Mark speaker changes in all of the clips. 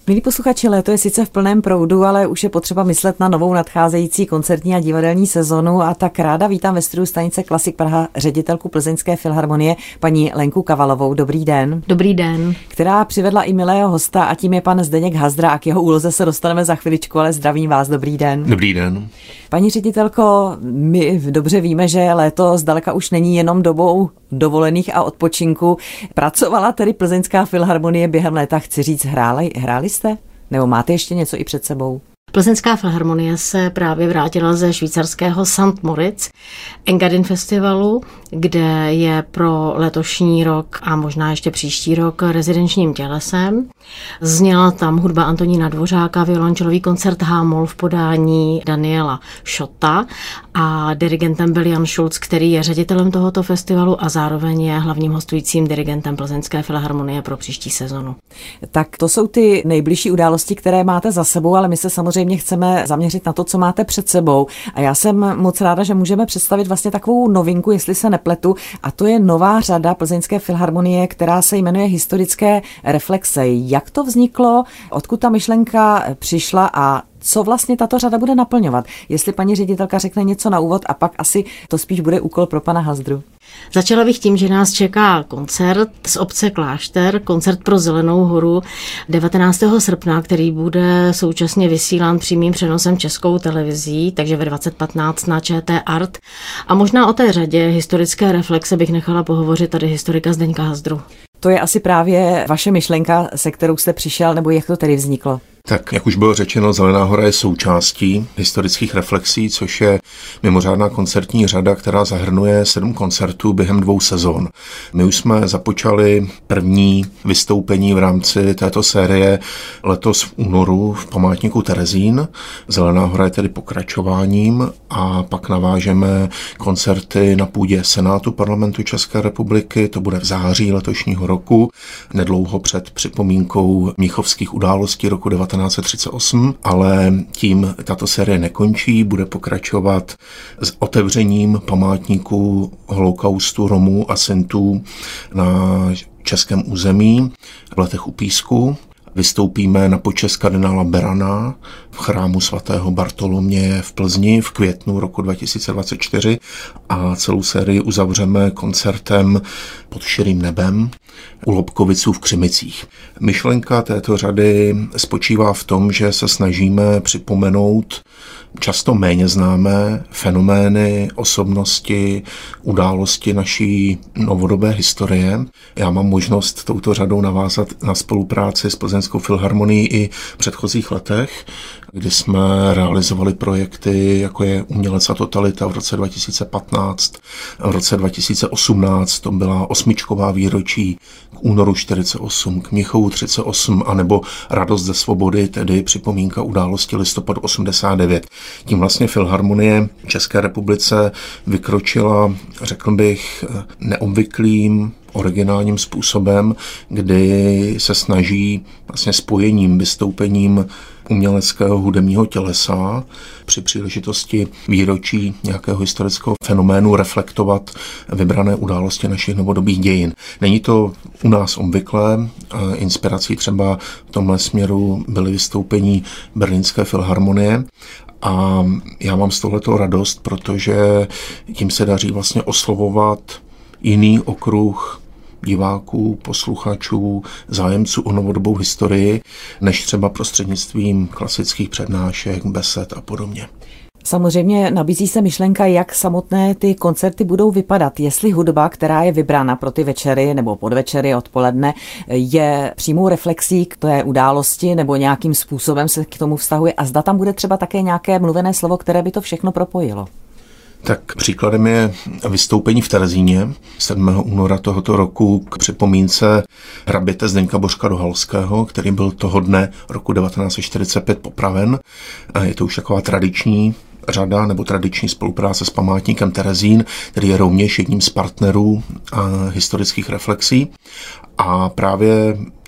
Speaker 1: Milí posluchači, léto je sice v plném proudu, ale už je potřeba myslet na novou nadcházející koncertní a divadelní sezonu a tak ráda vítám ve studiu stanice Klasik Praha ředitelku Plzeňské filharmonie paní Lenku Kavalovou. Dobrý den.
Speaker 2: Dobrý den.
Speaker 1: Která přivedla i milého hosta a tím je pan Zdeněk Hazdra a k jeho úloze se dostaneme za chviličku, ale zdravím vás. Dobrý den.
Speaker 3: Dobrý den.
Speaker 1: Paní ředitelko, my dobře víme, že léto zdaleka už není jenom dobou dovolených a odpočinku. Pracovala tedy Plzeňská filharmonie během léta, chci říct, hráli jste? Nebo máte ještě něco i před sebou?
Speaker 2: Plzeňská filharmonie se právě vrátila ze švýcarského St. Moritz Engadin festivalu, kde je pro letošní rok a možná ještě příští rok rezidenčním tělesem. Zněla tam hudba Antonína Dvořáka, violončelový koncert H-moll v podání Daniela Schotta a dirigentem byl Jan Schulz, který je ředitelem tohoto festivalu a zároveň je hlavním hostujícím dirigentem Plzeňské filharmonie pro příští sezonu.
Speaker 1: Tak to jsou ty nejbližší události, které máte za sebou, ale my se samozřejmě chceme zaměřit na to, co máte před sebou. A já jsem moc ráda, že můžeme představit vlastně takovou novinku, jestli se nepletu, a to je nová řada Plzeňské filharmonie, která se jmenuje Historické reflexe. Jak to vzniklo, odkud ta myšlenka přišla a co vlastně tato řada bude naplňovat? Jestli paní ředitelka řekne něco na úvod a pak asi to spíš bude úkol pro pana Hazdru.
Speaker 2: Začala bych tím, že nás čeká koncert z obce Klášter, koncert pro Zelenou horu 19. srpna, který bude současně vysílán přímým přenosem Českou televizí, takže ve 20:15 na ČT Art. A možná o té řadě Historické reflexe bych nechala pohovořit tady historika Zdeňka Hazdru.
Speaker 1: To je asi právě vaše myšlenka, se kterou jste přišel, nebo jak to tedy vzniklo?
Speaker 3: Tak, jak už bylo řečeno, Zelená hora je součástí historických reflexí, což je mimořádná koncertní řada, která zahrnuje 7 koncertů během 2 sezon. My už jsme započali první vystoupení v rámci této série letos v únoru v památníku Terezín. Zelená hora je tedy pokračováním a pak navážeme koncerty na půdě Senátu Parlamentu České republiky, to bude v září letošního roku, nedlouho před připomínkou mnichovských událostí roku 1938, ale tím tato série nekončí, bude pokračovat s otevřením památníku holokaustu Romů a Sintů na českém území v Letech u Písku. Vystoupíme na počest kardinála Berana v chrámu svatého Bartoloměje v Plzni v květnu roku 2024 a celou sérii uzavřeme koncertem Pod širým nebem u Lobkoviců v Křimicích. Myšlenka této řady spočívá v tom, že se snažíme připomenout často méně známé fenomény, osobnosti, události naší novodobé historie. Já mám možnost touto řadou navázat na spolupráci s Plzeňskou filharmonií i v předchozích letech, kdy jsme realizovali projekty, jako je Umělec a totalita v roce 2015. V roce 2018 to byla 8. výročí k únoru 48, k Mnichovu 38, anebo Radost ze svobody, tedy připomínka události listopadu 89. Tím vlastně Filharmonie České republice vykročila, řekl bych, neobvyklým, originálním způsobem, kdy se snaží vlastně spojením, vystoupením uměleckého hudebního tělesa při příležitosti výročí nějakého historického fenoménu reflektovat vybrané události našich novodobých dějin. Není to u nás obvyklé. Inspirací třeba v tomhle směru byly vystoupení Berlínské filharmonie. A já mám z tohleto radost, protože tím se daří vlastně oslovovat jiný okruh diváků, posluchačů, zájemců o novodobou historii, než třeba prostřednictvím klasických přednášek, besed a podobně.
Speaker 1: Samozřejmě nabízí se myšlenka, jak samotné ty koncerty budou vypadat. Jestli hudba, která je vybrána pro ty večery nebo podvečery, odpoledne, je přímou reflexí k té události nebo nějakým způsobem se k tomu vztahuje a zda tam bude třeba také nějaké mluvené slovo, které by to všechno propojilo.
Speaker 3: Tak příkladem je vystoupení v Terezíně 7. února tohoto roku k připomínce hraběte Zdeňka Bořka Dohalského, který byl toho dne roku 1945 popraven. Je to už taková tradiční řada nebo tradiční spolupráce s památníkem Terezín, který je rovněž jedním z partnerů historických reflexí. A právě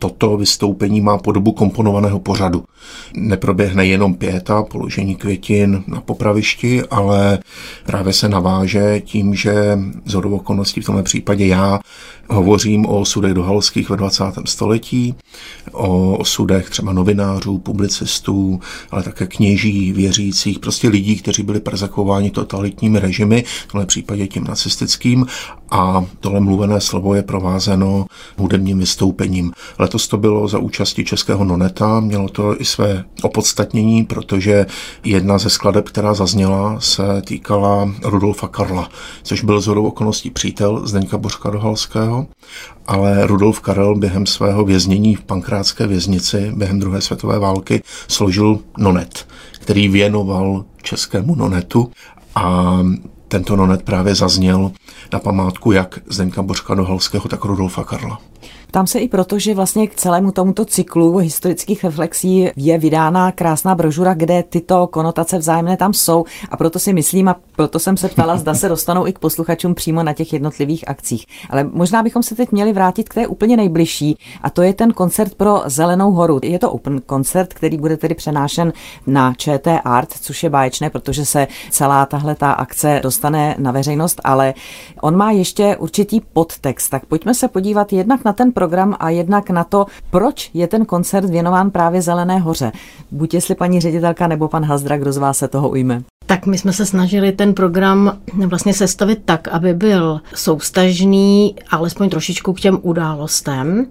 Speaker 3: toto vystoupení má podobu komponovaného pořadu. Neproběhne jenom pieta, položení květin na popravišti, ale právě se naváže tím, že shodou okolností v tomhle případě já hovořím o osudech Dohalských ve 20. století, o osudech třeba novinářů, publicistů, ale také kněží, věřících, prostě lidí, kteří byli perzekvováni totalitními režimy, v tomhle případě tím nacistickým, a tohle mluvené slovo je provázeno hudebním vystoupením. Letos to bylo za účasti českého Noneta, mělo to i své opodstatnění, protože jedna ze skladeb, která zazněla, se týkala Rudolfa Karla, což byl shodou okolností přítel Zdeňka Bořka Dohalského, ale Rudolf Karel během svého věznění v Pankrátské věznici během druhé světové války složil nonet, který věnoval českému Nonetu, a tento nonet právě zazněl na památku jak Zdeňka Bořka Dohalského, tak Rudolfa Karla.
Speaker 1: Ptám se i proto, že vlastně k celému tomuto cyklu historických reflexí je vydána krásná brožura, kde tyto konotace vzájemné tam jsou, a proto si myslím, a proto jsem se ptala, zda se dostanou i k posluchačům přímo na těch jednotlivých akcích. Ale možná bychom se teď měli vrátit k té úplně nejbližší, a to je ten koncert pro Zelenou horu. Je to open koncert, který bude tedy přenášen na ČT Art, což je báječné, protože se celá tahleta akce dostane na veřejnost, ale on má ještě určitý podtext. Tak pojďme se podívat jednak na ten program a jednak na to, proč je ten koncert věnován právě Zelené hoře. Buď jestli paní ředitelka nebo pan Hazdra, kdo z vás se toho ujme.
Speaker 2: Tak my jsme se snažili ten program vlastně sestavit tak, aby byl souvztažný alespoň trošičku k těm událostem,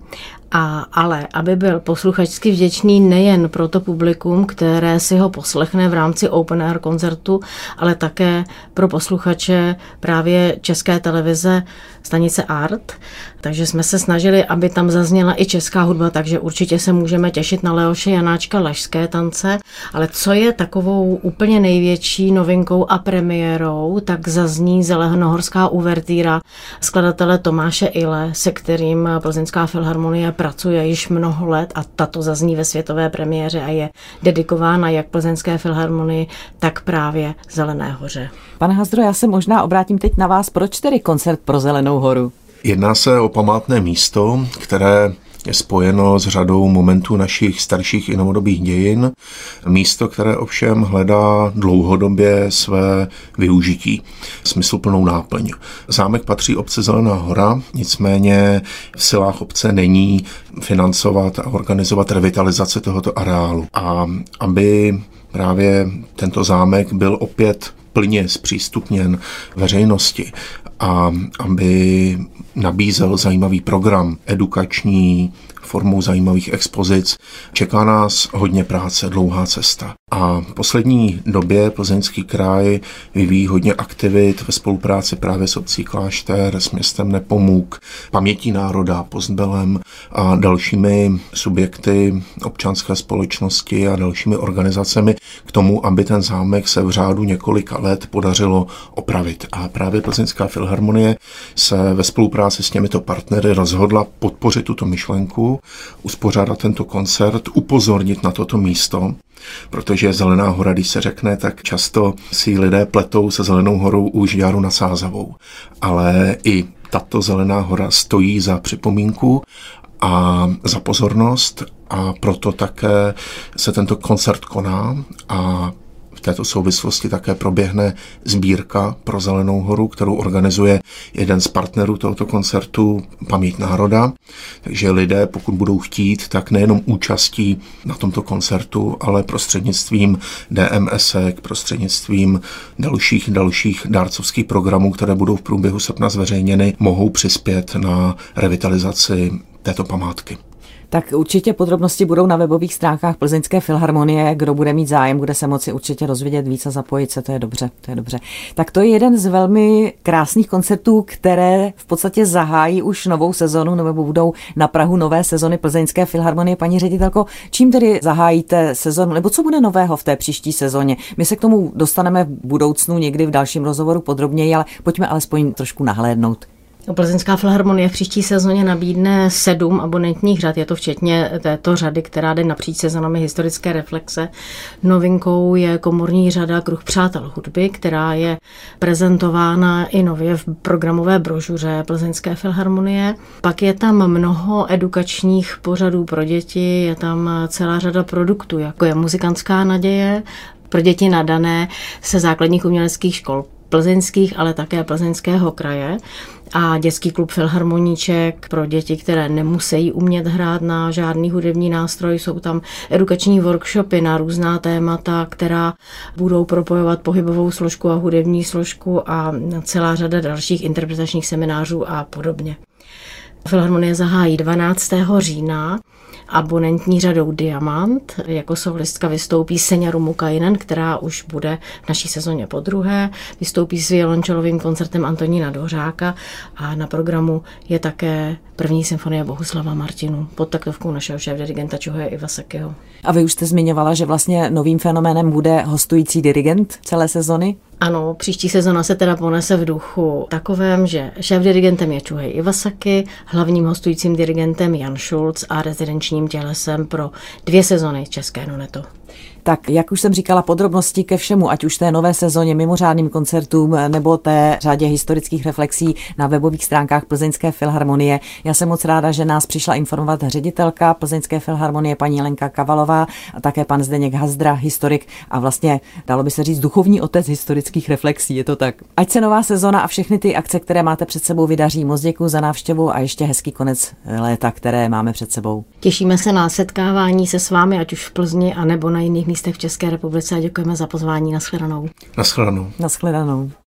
Speaker 2: ale aby byl posluchačsky vděčný nejen pro to publikum, které si ho poslechne v rámci open air koncertu, ale také pro posluchače právě České televize stanice Art. Takže jsme se snažili, aby tam zazněla i česká hudba, takže určitě se můžeme těšit na Leoše Janáčka Lašské tance, ale co je takovou úplně největší novinkou a premiérou, tak zazní Zelenohorská uvertýra skladatele Tomáše Ile, se kterým Plzeňská filharmonie pracuje již mnoho let, a tato zazní ve světové premiéře a je dedikována jak Plzeňské filharmonii, tak právě Zelené hoře.
Speaker 1: Pane Hazdro, já se možná obrátím teď na vás. Proč tedy koncert pro Zelenou horu?
Speaker 3: Jedná se o památné místo, které je spojeno s řadou momentů našich starších i novodobých dějin. Místo, které ovšem hledá dlouhodobě své využití, smysluplnou náplň. Zámek patří obci Zelená hora, nicméně v silách obce není financovat a organizovat revitalizaci tohoto areálu. A aby právě tento zámek byl opět plně zpřístupněn veřejnosti a aby nabízel zajímavý program edukační, formou zajímavých expozic, čeká nás hodně práce, dlouhá cesta. A v poslední době Plzeňský kraj vyvíjí hodně aktivit ve spolupráci právě s obcí Klášter, s městem Nepomuk, Pamětí národa, Postbelem a dalšími subjekty občanské společnosti a dalšími organizacemi k tomu, aby ten zámek se v řádu několika let podařilo opravit. A právě Plzeňská filharmonie se ve spolupráci s těmito partnery rozhodla podpořit tuto myšlenku, uspořádat tento koncert, upozornit na toto místo, protože Zelená hora, když se řekne, tak často si lidé pletou se Zelenou horou u Žďáru nad Sázavou. Ale i tato Zelená hora stojí za připomínku a za pozornost, a proto také se tento koncert koná, a v této souvislosti také proběhne sbírka pro Zelenou horu, kterou organizuje jeden z partnerů tohoto koncertu, Paměť národa. Takže lidé, pokud budou chtít, tak nejenom účastí na tomto koncertu, ale prostřednictvím DMSek, prostřednictvím dalších dárcovských programů, které budou v průběhu srpna zveřejněny, mohou přispět na revitalizaci této památky.
Speaker 1: Tak určitě podrobnosti budou na webových stránkách Plzeňské filharmonie. Kdo bude mít zájem, bude se moci určitě dozvědět víc a zapojit se, to je dobře. Tak to je jeden z velmi krásných koncertů, které v podstatě zahájí už novou sezonu, nebo budou na prahu nové sezony Plzeňské filharmonie. Paní ředitelko, čím tedy zahájíte sezonu, nebo co bude nového v té příští sezóně? My se k tomu dostaneme v budoucnu někdy v dalším rozhovoru podrobněji, ale pojďme alespoň trošku nahlédnout.
Speaker 2: Plzeňská filharmonie v příští sezóně nabídne 7 abonentních řad, je to včetně této řady, která jde napříč sezónami historické reflexe. Novinkou je komorní řada Kruh přátel hudby, která je prezentována i nově v programové brožuře Plzeňské filharmonie. Pak je tam mnoho edukačních pořadů pro děti, je tam celá řada produktů, jako je Muzikantská naděje pro děti nadané se základních uměleckých škol plzeňských, ale také Plzeňského kraje a dětský klub Filharmoníček pro děti, které nemusí umět hrát na žádný hudební nástroj. Jsou tam edukační workshopy na různá témata, která budou propojovat pohybovou složku a hudební složku a celá řada dalších interpretačních seminářů a podobně. Filharmonie zahájí 12. října abonentní řadou Diamant. Jako solistka vystoupí Senja Rummukainen, která už bude v naší sezóně podruhé. Vystoupí s violončelovým koncertem Antonína Dvořáka a na programu je také první symfonie Bohuslava Martinu pod taktovkou našeho šéfdirigenta Čuhoje Iwasakiho.
Speaker 1: A vy už jste zmiňovala, že vlastně novým fenoménem bude hostující dirigent celé sezony?
Speaker 2: Ano, příští sezona se teda ponese v duchu takovém, že šéfdirigentem je Čuhej Iwasaki, hlavním hostujícím dirigentem Jan Schulz a rezidenčním tělesem pro 2 sezony České Noneto.
Speaker 1: Tak, jak už jsem říkala, podrobnosti ke všemu, ať už té nové sezóně, mimořádným koncertům nebo té řadě historických reflexí na webových stránkách Plzeňské filharmonie. Já jsem moc ráda, že nás přišla informovat ředitelka Plzeňské filharmonie paní Lenka Kavalová a také pan Zdeněk Hazdra, historik a vlastně dalo by se říct duchovní otec historických reflexí, je to tak. Ať se nová sezóna a všechny ty akce, které máte před sebou, vydaří. Moc děkuji za návštěvu a ještě hezký konec léta, které máme před sebou.
Speaker 2: Těšíme se na setkávání se s vámi, ať už v Plzni a nebo na jiných místech v České republice a děkujeme za pozvání. Nashledanou.
Speaker 3: Nashledanou.
Speaker 1: Nashledanou.